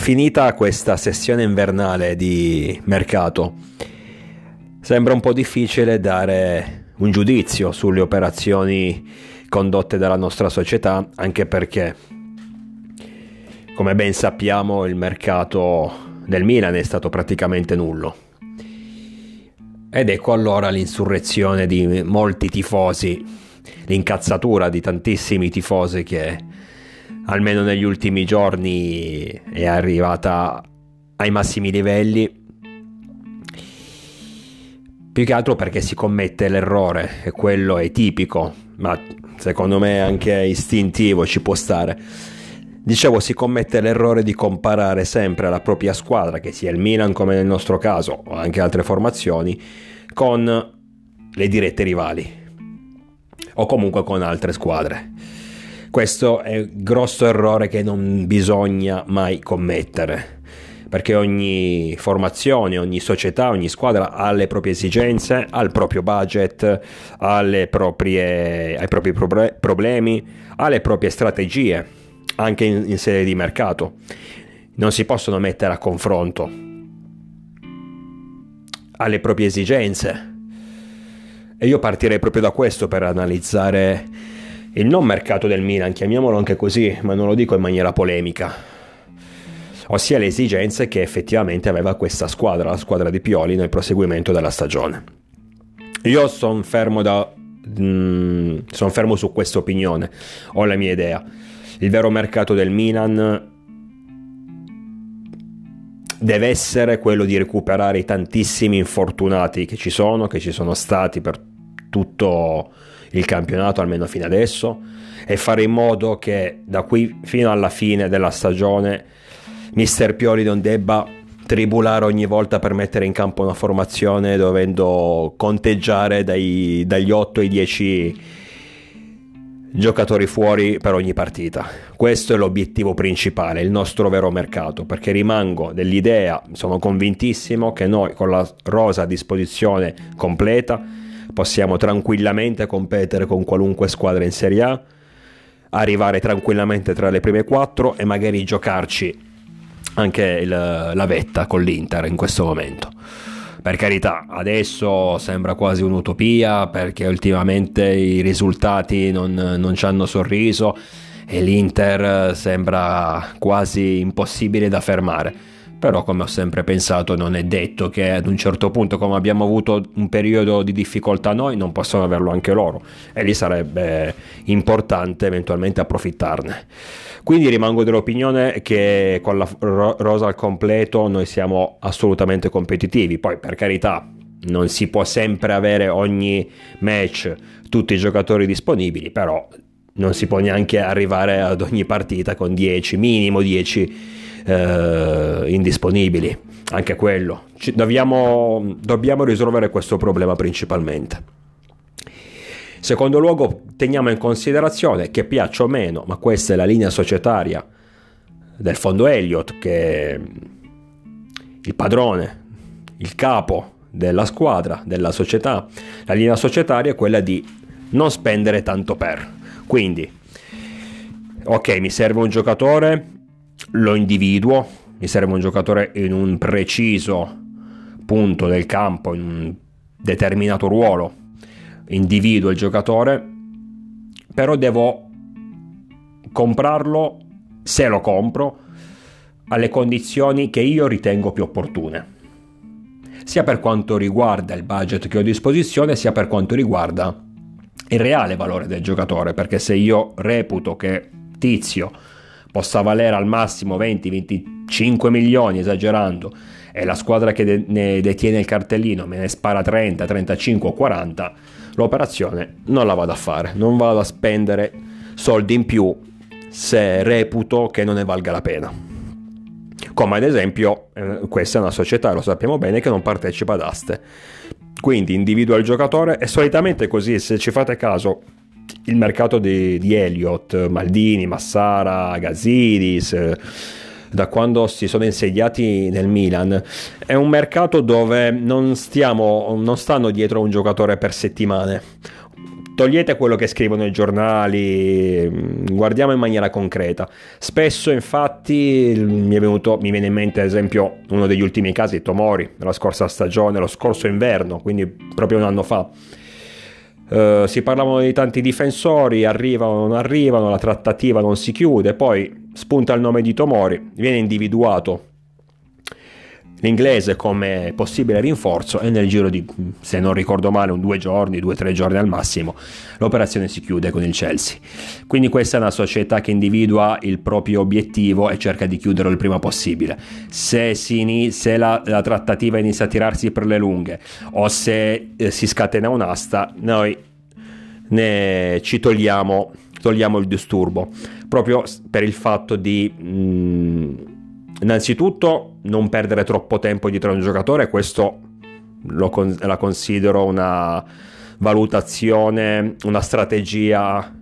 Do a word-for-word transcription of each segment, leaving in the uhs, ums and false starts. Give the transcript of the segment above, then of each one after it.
finita questa sessione invernale di mercato, sembra un po' difficile dare un giudizio sulle operazioni condotte dalla nostra società, anche perché, come ben sappiamo, il mercato del Milan è stato praticamente nullo. Ed ecco allora l'insurrezione di molti tifosi, l'incazzatura di tantissimi tifosi che almeno negli ultimi giorni è arrivata ai massimi livelli, più che altro perché si commette l'errore, e quello è tipico, ma secondo me anche istintivo, ci può stare. Dicevo, si commette l'errore di comparare sempre la propria squadra, che sia il Milan come nel nostro caso o anche altre formazioni, con le dirette rivali o comunque con altre squadre. Questo è un grosso errore che non bisogna mai commettere, perché ogni formazione, ogni società, ogni squadra ha le proprie esigenze, ha il proprio budget, ha le proprie, ha i propri problemi, ha le proprie strategie, anche in, in sede di mercato. Non si possono mettere a confronto, ha le proprie esigenze, e io partirei proprio da questo per analizzare il non mercato del Milan, chiamiamolo anche così, ma non lo dico in maniera polemica, ossia le esigenze che effettivamente aveva questa squadra, la squadra di Pioli, nel proseguimento della stagione. Io sono fermo da mm, sono fermo su questa opinione, ho la mia idea. Il vero mercato del Milan deve essere quello di recuperare i tantissimi infortunati che ci sono, che ci sono stati per tutto il campionato, almeno fino adesso, e fare in modo che da qui fino alla fine della stagione mister Pioli non debba tribulare ogni volta per mettere in campo una formazione, dovendo conteggiare dai, dagli otto ai dieci giocatori fuori per ogni partita. Questo è l'obiettivo principale, il nostro vero mercato, perché rimango dell'idea, sono convintissimo che noi con la rosa a disposizione completa possiamo tranquillamente competere con qualunque squadra in Serie A, arrivare tranquillamente tra le prime quattro e magari giocarci anche il, la vetta con l'Inter in questo momento. Per carità, adesso sembra quasi un'utopia, perché ultimamente i risultati non, non ci hanno sorriso e l'Inter sembra quasi impossibile da fermare. Però, come ho sempre pensato, non è detto che ad un certo punto, come abbiamo avuto un periodo di difficoltà noi, non possono averlo anche loro, e lì sarebbe importante eventualmente approfittarne. Quindi rimango dell'opinione che con la rosa al completo noi siamo assolutamente competitivi. Poi, per carità, non si può sempre avere ogni match tutti i giocatori disponibili, però non si può neanche arrivare ad ogni partita con dieci, minimo dieci eh, indisponibili. Anche quello. Ci, dobbiamo, dobbiamo risolvere questo problema principalmente. Secondo luogo, teniamo in considerazione che, piaccia o meno, ma questa è la linea societaria del fondo Elliott, che è il padrone, il capo della squadra, della società. La linea societaria è quella di non spendere tanto per. Quindi, ok, mi serve un giocatore, lo individuo, mi serve un giocatore in un preciso punto del campo, in un determinato ruolo, individuo il giocatore, però devo comprarlo, se lo compro, alle condizioni che io ritengo più opportune, sia per quanto riguarda il budget che ho a disposizione, sia per quanto riguarda il reale valore del giocatore, perché se io reputo che Tizio possa valere al massimo venti venticinque milioni, esagerando, e la squadra che de- ne detiene il cartellino me ne spara trenta, trentacinque o quaranta, l'operazione non la vado a fare, non vado a spendere soldi in più se reputo che non ne valga la pena. Come ad esempio eh, questa è una società, lo sappiamo bene, che non partecipa ad aste, quindi individua il giocatore, e solitamente così, se ci fate caso, il mercato di, di Elliott, Maldini, Massara, Gazidis, eh, da quando si sono insediati nel Milan, è un mercato dove non stiamo non stanno dietro a un giocatore per settimane. togliete quello che scrivono i giornali, guardiamo in maniera concreta. Spesso infatti mi è venuto, mi viene in mente ad esempio uno degli ultimi casi, Tomori, della scorsa stagione, lo scorso inverno, quindi proprio un anno fa. Uh, si parlavano di tanti difensori, arrivano o non arrivano, la trattativa non si chiude, poi spunta il nome di Tomori, viene individuato l'inglese come possibile rinforzo e nel giro di, se non ricordo male, un due giorni, due o tre giorni al massimo, l'operazione si chiude con il Chelsea. Quindi questa è una società che individua il proprio obiettivo e cerca di chiuderlo il prima possibile. Se, si, se la, la trattativa inizia a tirarsi per le lunghe o se eh, si scatena un'asta, noi ne ci togliamo, togliamo il disturbo, proprio per il fatto di... Mh, innanzitutto non perdere troppo tempo dietro a un giocatore, questo lo con- la considero una valutazione, una strategia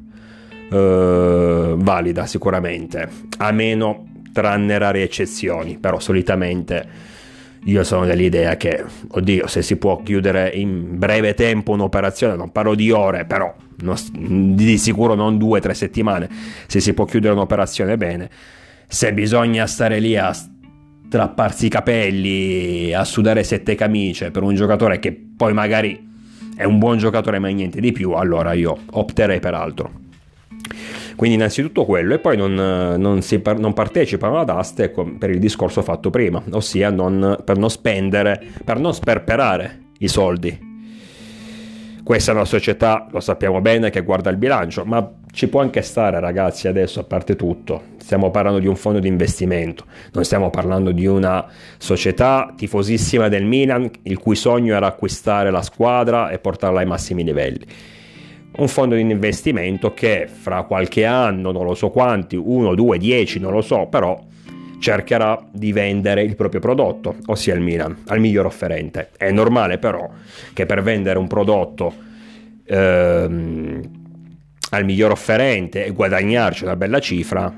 eh, valida sicuramente, a meno tranne rare eccezioni, però solitamente io sono dell'idea che, oddio, se si può chiudere in breve tempo un'operazione, non parlo di ore, però non, di sicuro non due o tre settimane, se si può chiudere un'operazione bene. Se bisogna stare lì a strapparsi i capelli, a sudare sette camicie per un giocatore che poi magari è un buon giocatore ma niente di più, allora io opterei per altro. Quindi innanzitutto quello, e poi non, non, si, non partecipano ad aste per il discorso fatto prima, ossia non, per non spendere, per non sperperare i soldi. Questa è una società, lo sappiamo bene, che guarda il bilancio, ma ci può anche stare, ragazzi, adesso, a parte tutto. Stiamo parlando di un fondo di investimento, non stiamo parlando di una società tifosissima del Milan, il cui sogno era acquistare la squadra e portarla ai massimi livelli. Un fondo di investimento che fra qualche anno, non lo so quanti, uno, due, dieci, non lo so, però cercherà di vendere il proprio prodotto, ossia il Milan, al miglior offerente. È normale però che per vendere un prodotto ehm, al miglior offerente e guadagnarci una bella cifra,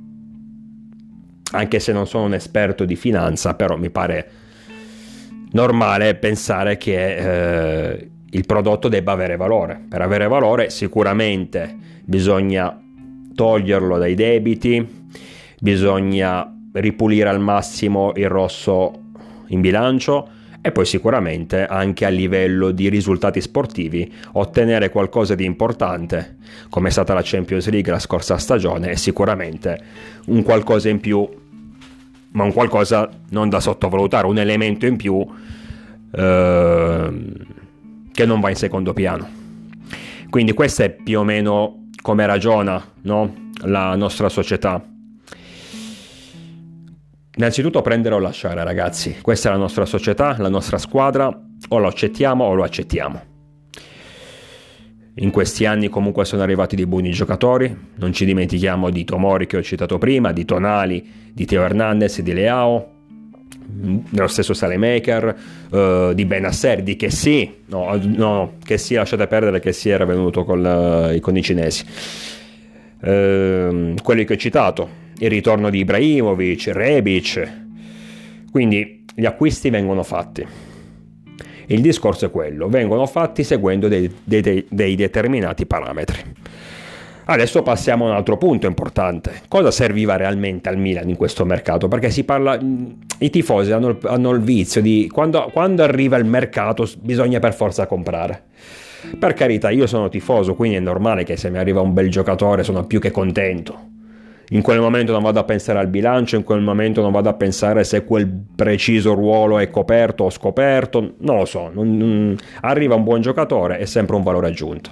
anche se non sono un esperto di finanza, però mi pare normale pensare che eh, il prodotto debba avere valore. Per avere valore sicuramente bisogna toglierlo dai debiti, bisogna ripulire al massimo il rosso in bilancio e poi sicuramente anche a livello di risultati sportivi ottenere qualcosa di importante, come è stata la Champions League la scorsa stagione, è sicuramente un qualcosa in più, ma un qualcosa non da sottovalutare, un elemento in più eh, che non va in secondo piano. Quindi questo è più o meno come ragiona, no? La nostra società. Innanzitutto prendere o lasciare, ragazzi. Questa è la nostra società, la nostra squadra, o lo accettiamo o lo accettiamo. In questi anni comunque sono arrivati dei buoni giocatori, non ci dimentichiamo di Tomori che ho citato prima, di Tonali, di Theo Hernandez, di Leao, nello stesso Salemaker, uh, di Benasser, di Kessie, no, no, Kessie lasciate perdere, Kessie era venuto con, la, con i cinesi, uh, quelli che ho citato, il ritorno di Ibrahimovic, Rebic, quindi gli acquisti vengono fatti. Il discorso è quello, vengono fatti seguendo dei, dei, dei determinati parametri. Adesso passiamo a un altro punto importante. Cosa serviva realmente al Milan in questo mercato? Perché si parla, i tifosi hanno il, hanno il vizio di quando, quando arriva il mercato bisogna per forza comprare. Per carità, io sono tifoso, quindi è normale che se mi arriva un bel giocatore sono più che contento. In quel momento non vado a pensare al bilancio, in quel momento non vado a pensare se quel preciso ruolo è coperto o scoperto, non lo so, non, non, arriva un buon giocatore, è sempre un valore aggiunto.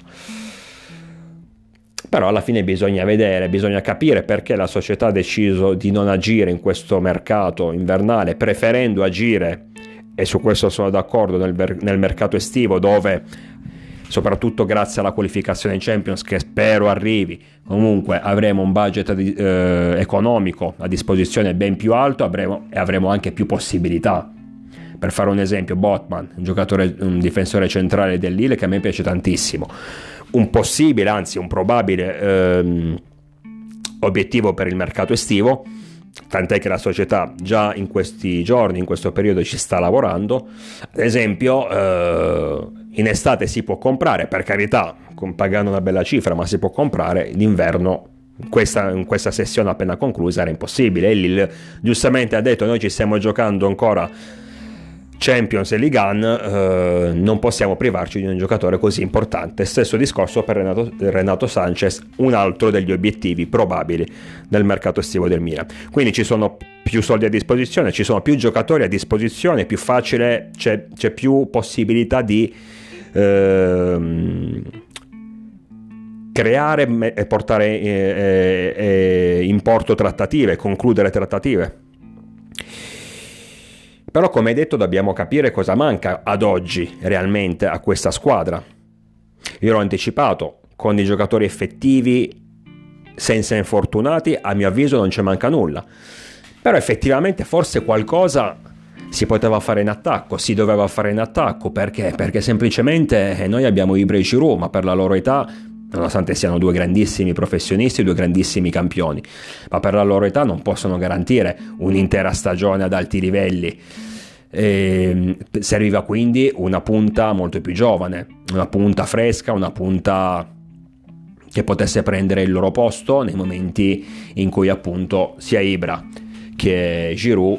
Però alla fine bisogna vedere, bisogna capire perché la società ha deciso di non agire in questo mercato invernale, preferendo agire, e su questo sono d'accordo, nel, nel mercato estivo, dove soprattutto grazie alla qualificazione in Champions, che spero arrivi, comunque avremo un budget eh, economico a disposizione ben più alto, avremo, e avremo anche più possibilità. Per fare un esempio, Botman, un giocatore, un difensore centrale del Lille che a me piace tantissimo, un possibile, anzi un probabile ehm, obiettivo per il mercato estivo, tant'è che la società già in questi giorni, in questo periodo ci sta lavorando. Ad esempio eh, In estate si può comprare, per carità, pagando una bella cifra, ma si può comprare. D'inverno, questa, in questa sessione appena conclusa, era impossibile. E Lille giustamente ha detto: noi ci stiamo giocando ancora Champions e Ligue uno, eh, non possiamo privarci di un giocatore così importante. Stesso discorso per Renato, Renato Sanchez, un altro degli obiettivi probabili del mercato estivo del Milan. Quindi ci sono più soldi a disposizione, ci sono più giocatori a disposizione, è più facile, c'è, c'è più possibilità di ehm, creare e portare eh, eh, in porto trattative, concludere trattative. Però, come hai detto, dobbiamo capire cosa manca ad oggi realmente a questa squadra. Io l'ho anticipato, con i giocatori effettivi, senza infortunati, a mio avviso non ci manca nulla. Però effettivamente forse qualcosa si poteva fare in attacco, si doveva fare in attacco. Perché? Perché semplicemente noi abbiamo Ibra e Giroud, ma per la loro età, nonostante siano due grandissimi professionisti, due grandissimi campioni, ma per la loro età non possono garantire un'intera stagione ad alti livelli. E serviva quindi una punta molto più giovane, una punta fresca, una punta che potesse prendere il loro posto nei momenti in cui appunto sia Ibra che Giroud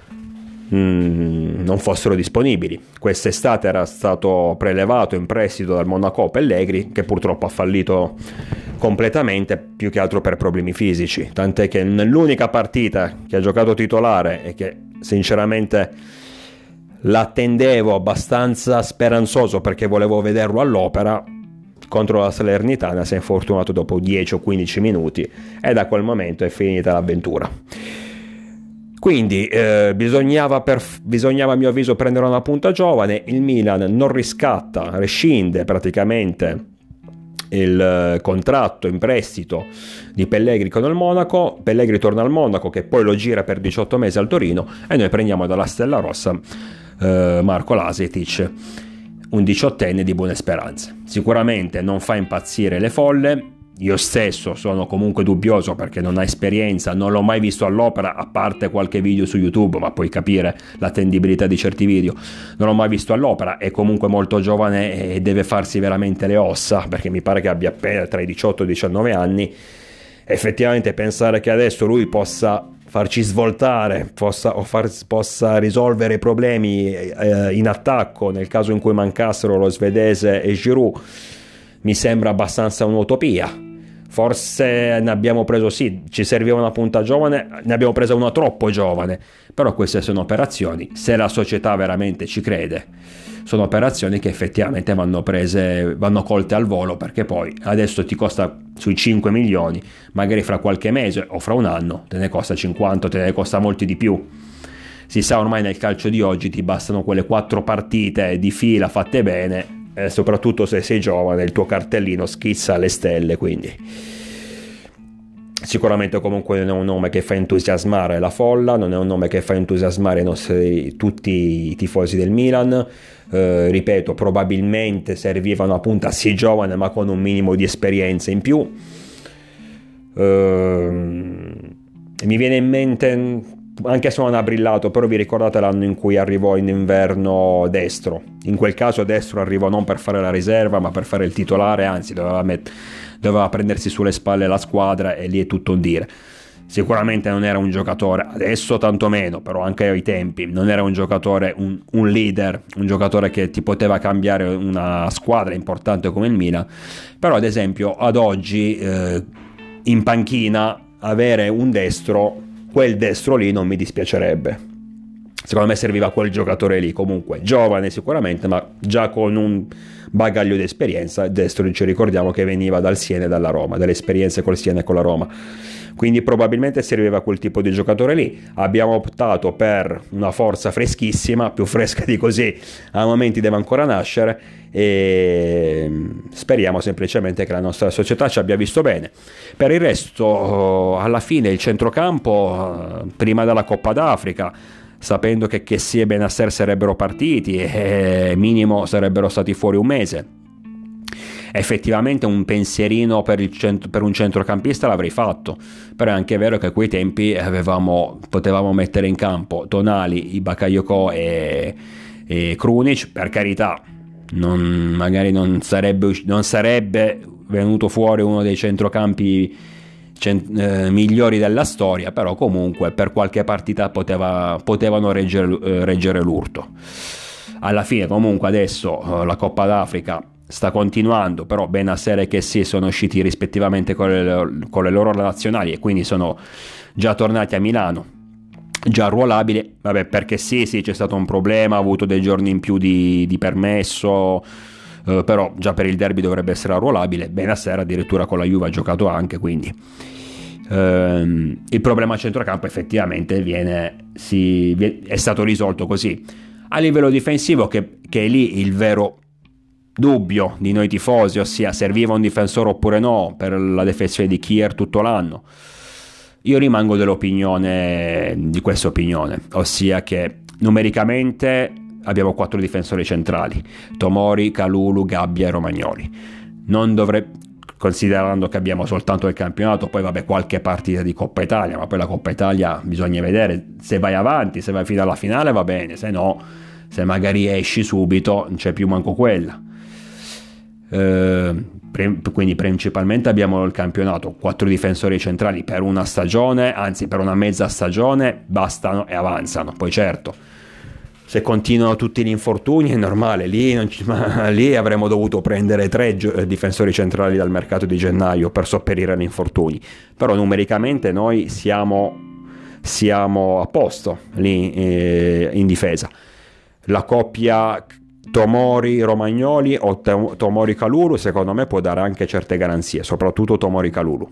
mh, non fossero disponibili. Quest'estate era stato prelevato in prestito dal Monaco Pellegrini, che purtroppo ha fallito completamente, più che altro per problemi fisici, tant'è che nell'unica partita che ha giocato titolare e che sinceramente l'attendevo abbastanza speranzoso perché volevo vederlo all'opera, contro la Salernitana si è infortunato dopo dieci o quindici minuti e da quel momento è finita l'avventura. Quindi eh, bisognava, per, bisognava a mio avviso prendere una punta giovane. Il Milan non riscatta, rescinde praticamente il contratto in prestito di Pellegrini con il Monaco. Pellegrini torna al Monaco, che poi lo gira per diciotto mesi al Torino, e noi prendiamo dalla Stella Rossa eh, Marco Lasetic, un diciottenne di buone speranze. Sicuramente non fa impazzire le folle. Io stesso sono comunque dubbioso perché non ha esperienza, non l'ho mai visto all'opera, a parte qualche video su YouTube, ma puoi capire l'attendibilità di certi video. Non l'ho mai visto all'opera, è comunque molto giovane e deve farsi veramente le ossa, perché mi pare che abbia appena tra i diciotto e i diciannove anni. Effettivamente pensare che adesso lui possa farci svoltare, possa, o far, possa risolvere i problemi eh, in attacco nel caso in cui mancassero lo svedese e Giroud, mi sembra abbastanza un'utopia. Forse ne abbiamo preso, sì, ci serviva una punta giovane, ne abbiamo presa una troppo giovane, però queste sono operazioni, se la società veramente ci crede, sono operazioni che effettivamente vanno prese, vanno colte al volo, perché poi adesso ti costa sui cinque milioni, magari fra qualche mese o fra un anno te ne costa cinquanta, te ne costa molti di più. Si sa ormai nel calcio di oggi ti bastano quelle quattro partite di fila fatte bene, e soprattutto se sei giovane il tuo cartellino schizza alle stelle. Quindi sicuramente comunque non è un nome che fa entusiasmare la folla, non è un nome che fa entusiasmare i nostri, tutti i tifosi del Milan. Eh, ripeto, probabilmente serviva una punta sì giovane ma con un minimo di esperienza in più. Eh, mi viene in mente, anche se non ha brillato, però vi ricordate l'anno in cui arrivò in inverno Destro? In quel caso Destro arrivò non per fare la riserva ma per fare il titolare, anzi doveva, met- doveva prendersi sulle spalle la squadra, e lì è tutto un dire. Sicuramente non era un giocatore, adesso tanto meno, però anche ai tempi non era un giocatore, un, un leader, un giocatore che ti poteva cambiare una squadra importante come il Milan. Però ad esempio ad oggi eh, in panchina avere un destro, quel destro lì non mi dispiacerebbe. Secondo me serviva quel giocatore lì, comunque giovane sicuramente, ma già con un bagaglio di esperienza. Destro ci ricordiamo che veniva dal Siena e dalla Roma, dalle esperienze col Siena e con la Roma, quindi probabilmente serviva quel tipo di giocatore lì. Abbiamo optato per una forza freschissima, più fresca di così a momenti deve ancora nascere, e speriamo semplicemente che la nostra società ci abbia visto bene. Per il resto, alla fine il centrocampo, prima della Coppa d'Africa, sapendo che Kessie e Benasser sarebbero partiti e minimo sarebbero stati fuori un mese, effettivamente un pensierino per, il cent- per un centrocampista l'avrei fatto. Però è anche vero che a quei tempi avevamo, potevamo mettere in campo Tonali, Bakayoko e, e Krunic. Per carità, non, magari non sarebbe, non sarebbe venuto fuori uno dei centrocampi cent- eh, migliori della storia, però comunque per qualche partita poteva, potevano reggere, eh, reggere l'urto. Alla fine comunque adesso eh, la Coppa d'Africa sta continuando, però Bennacer e Kessie sono usciti rispettivamente con le, con le loro nazionali e quindi sono già tornati a Milano, già arruolabili. Vabbè, perché sì, sì, c'è stato un problema, ha avuto dei giorni in più di, di permesso, eh, però già per il derby dovrebbe essere arruolabile. Bennacer addirittura con la Juve ha giocato anche, quindi ehm, il problema a centrocampo effettivamente viene, si, è stato risolto così. A livello difensivo, che, che è lì il vero dubbio di noi tifosi, ossia serviva un difensore oppure no per la difesa di Kier tutto l'anno. Io rimango dell'opinione, di questa opinione, ossia che numericamente abbiamo quattro difensori centrali: Tomori, Kalulu, Gabbia e Romagnoli. Non dovrebbe, considerando che abbiamo soltanto il campionato, poi vabbè qualche partita di Coppa Italia, ma poi la Coppa Italia bisogna vedere, se vai avanti, se vai fino alla finale va bene, se no, se magari esci subito non c'è più manco quella. Eh, quindi principalmente abbiamo il campionato, quattro difensori centrali per una stagione, anzi per una mezza stagione bastano e avanzano. Poi certo, se continuano tutti gli infortuni è normale, lì, non ci, ma, lì avremmo dovuto prendere tre gio- difensori centrali dal mercato di gennaio per sopperire agli infortuni, però numericamente noi siamo, siamo a posto lì eh, in difesa. La coppia Tomori Romagnoli o Tomori Kalulu secondo me può dare anche certe garanzie, soprattutto Tomori Kalulu,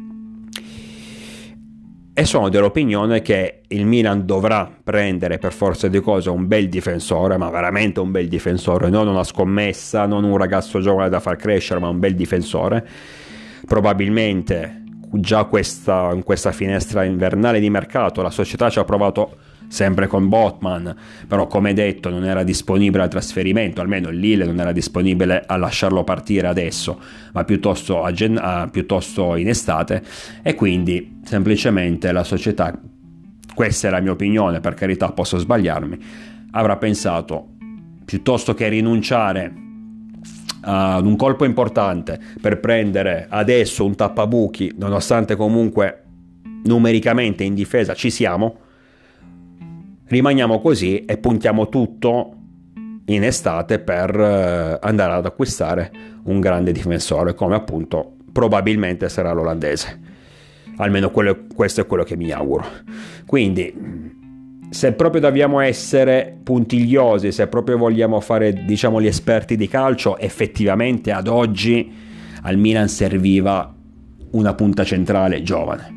e sono dell'opinione che il Milan dovrà prendere per forza di cose un bel difensore, ma veramente un bel difensore, non una scommessa, non un ragazzo giovane da far crescere, ma un bel difensore. Probabilmente già questa, in questa finestra invernale di mercato la società ci ha provato sempre con Botman, però come detto non era disponibile al trasferimento, almeno il Lille non era disponibile a lasciarlo partire adesso, ma piuttosto, a gen- a, piuttosto in estate, e quindi semplicemente la società, questa è la mia opinione, per carità posso sbagliarmi, avrà pensato, piuttosto che rinunciare ad un colpo importante per prendere adesso un tappabuchi, nonostante comunque numericamente in difesa ci siamo, rimaniamo così e puntiamo tutto in estate per eh, andare ad acquistare un grande difensore, come appunto probabilmente sarà l'olandese. Almeno quello, questo è quello che mi auguro. Quindi, se proprio dobbiamo essere puntigliosi, se proprio vogliamo fare, diciamo, gli esperti di calcio, effettivamente ad oggi al Milan serviva una punta centrale giovane.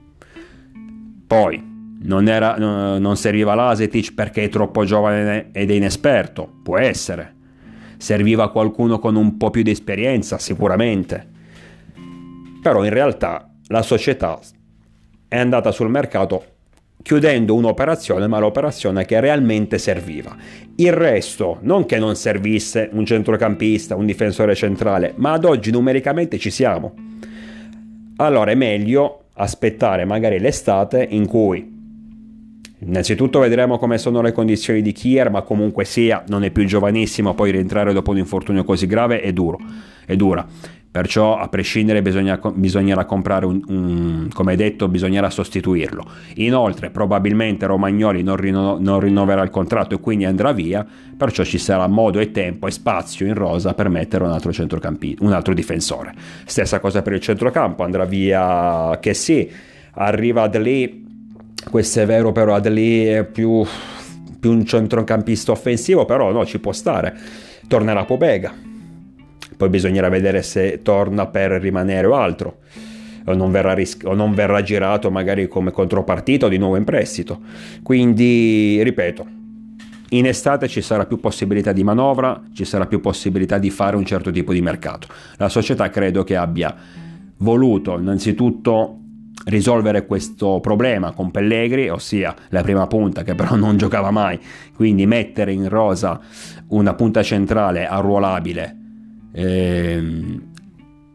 Poi Non, era, non serviva Lasetic perché è troppo giovane ed è inesperto, può essere. Serviva qualcuno con un po' più di esperienza, sicuramente. Però in realtà la società è andata sul mercato chiudendo un'operazione, ma l'operazione che realmente serviva. Il resto, non che non servisse un centrocampista, un difensore centrale, ma ad oggi numericamente ci siamo. Allora è meglio aspettare magari l'estate, in cui innanzitutto vedremo come sono le condizioni di Kier, ma comunque sia non è più giovanissimo, poi rientrare dopo un infortunio così grave è duro, è dura. Perciò a prescindere bisogna, bisognerà comprare un, un, come detto, bisognerà sostituirlo. Inoltre probabilmente Romagnoli non, rinno, non rinnoverà il contratto e quindi andrà via, perciò ci sarà modo e tempo e spazio in rosa per mettere un altro centrocampista, un altro difensore. Stessa cosa per il centrocampo, andrà via che sì, arriva Adli. Questo è vero, però Adli è più, più un centrocampista offensivo, però no, ci può stare. Tornerà Pobega, poi bisognerà vedere se torna per rimanere o altro, o non verrà, ris- o non verrà girato magari come contropartita o di nuovo in prestito. Quindi ripeto, in estate ci sarà più possibilità di manovra, ci sarà più possibilità di fare un certo tipo di mercato. La società credo che abbia voluto innanzitutto risolvere questo problema con Pellegri, ossia la prima punta che però non giocava mai, quindi mettere in rosa una punta centrale arruolabile ehm,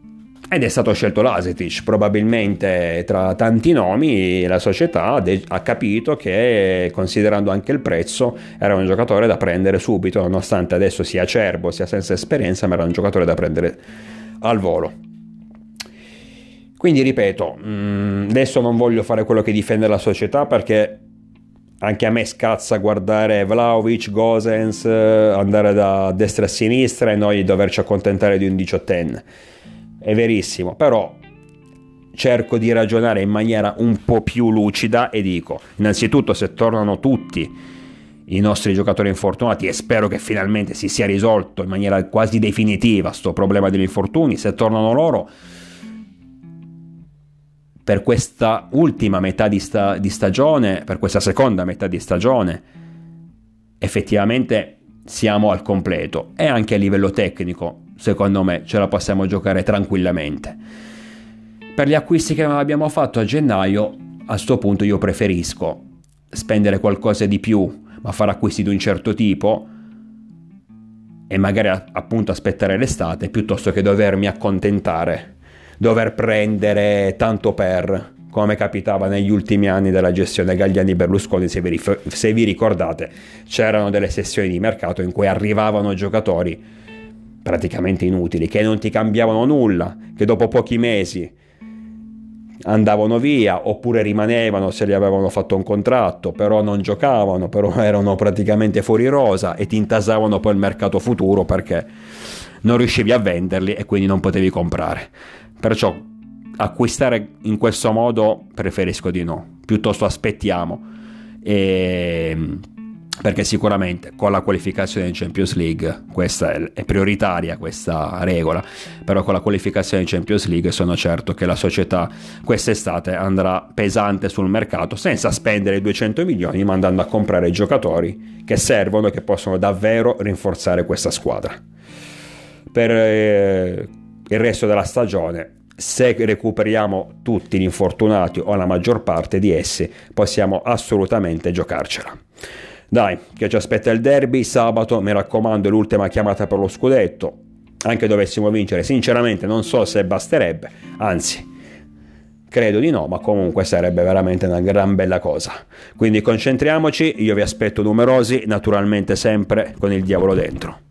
ed è stato scelto Lazetic. Probabilmente tra tanti nomi la società ha capito che, considerando anche il prezzo, era un giocatore da prendere subito, nonostante adesso sia acerbo, sia senza esperienza, ma era un giocatore da prendere al volo. Quindi ripeto, adesso non voglio fare quello che difende la società, perché anche a me scazza guardare Vlahovic, Gosens, andare da destra a sinistra e noi doverci accontentare di un diciottenne. È verissimo, però cerco di ragionare in maniera un po' più lucida e dico, innanzitutto, se tornano tutti i nostri giocatori infortunati, e spero che finalmente si sia risolto in maniera quasi definitiva sto problema degli infortuni, se tornano loro, per questa ultima metà di, sta- di stagione, per questa seconda metà di stagione, effettivamente siamo al completo, e anche a livello tecnico secondo me ce la possiamo giocare tranquillamente. Per gli acquisti che abbiamo fatto a gennaio, a sto punto io preferisco spendere qualcosa di più, ma fare acquisti di un certo tipo e magari appunto aspettare l'estate, piuttosto che dovermi accontentare, dover prendere tanto per, come capitava negli ultimi anni della gestione Galliani-Berlusconi. Se vi, rif- se vi ricordate, c'erano delle sessioni di mercato in cui arrivavano giocatori praticamente inutili, che non ti cambiavano nulla, che dopo pochi mesi andavano via, oppure rimanevano se li avevano fatto un contratto, però non giocavano, però erano praticamente fuori rosa, e ti intasavano poi il mercato futuro perché non riuscivi a venderli e quindi non potevi comprare. Perciò acquistare in questo modo preferisco di no, piuttosto aspettiamo, e perché sicuramente con la qualificazione in Champions League, questa è, è prioritaria questa regola, però con la qualificazione in Champions League sono certo che la società quest'estate andrà pesante sul mercato, senza spendere duecento milioni, ma andando a comprare giocatori che servono e che possono davvero rinforzare questa squadra. Per eh, il resto della stagione, se recuperiamo tutti gli infortunati o la maggior parte di essi, possiamo assolutamente giocarcela. Dai, che ci aspetta il derby sabato, mi raccomando, è l'ultima chiamata per lo scudetto. Anche dovessimo vincere, sinceramente non so se basterebbe, anzi credo di no, ma comunque sarebbe veramente una gran bella cosa. Quindi concentriamoci, io vi aspetto numerosi, naturalmente sempre con il diavolo dentro.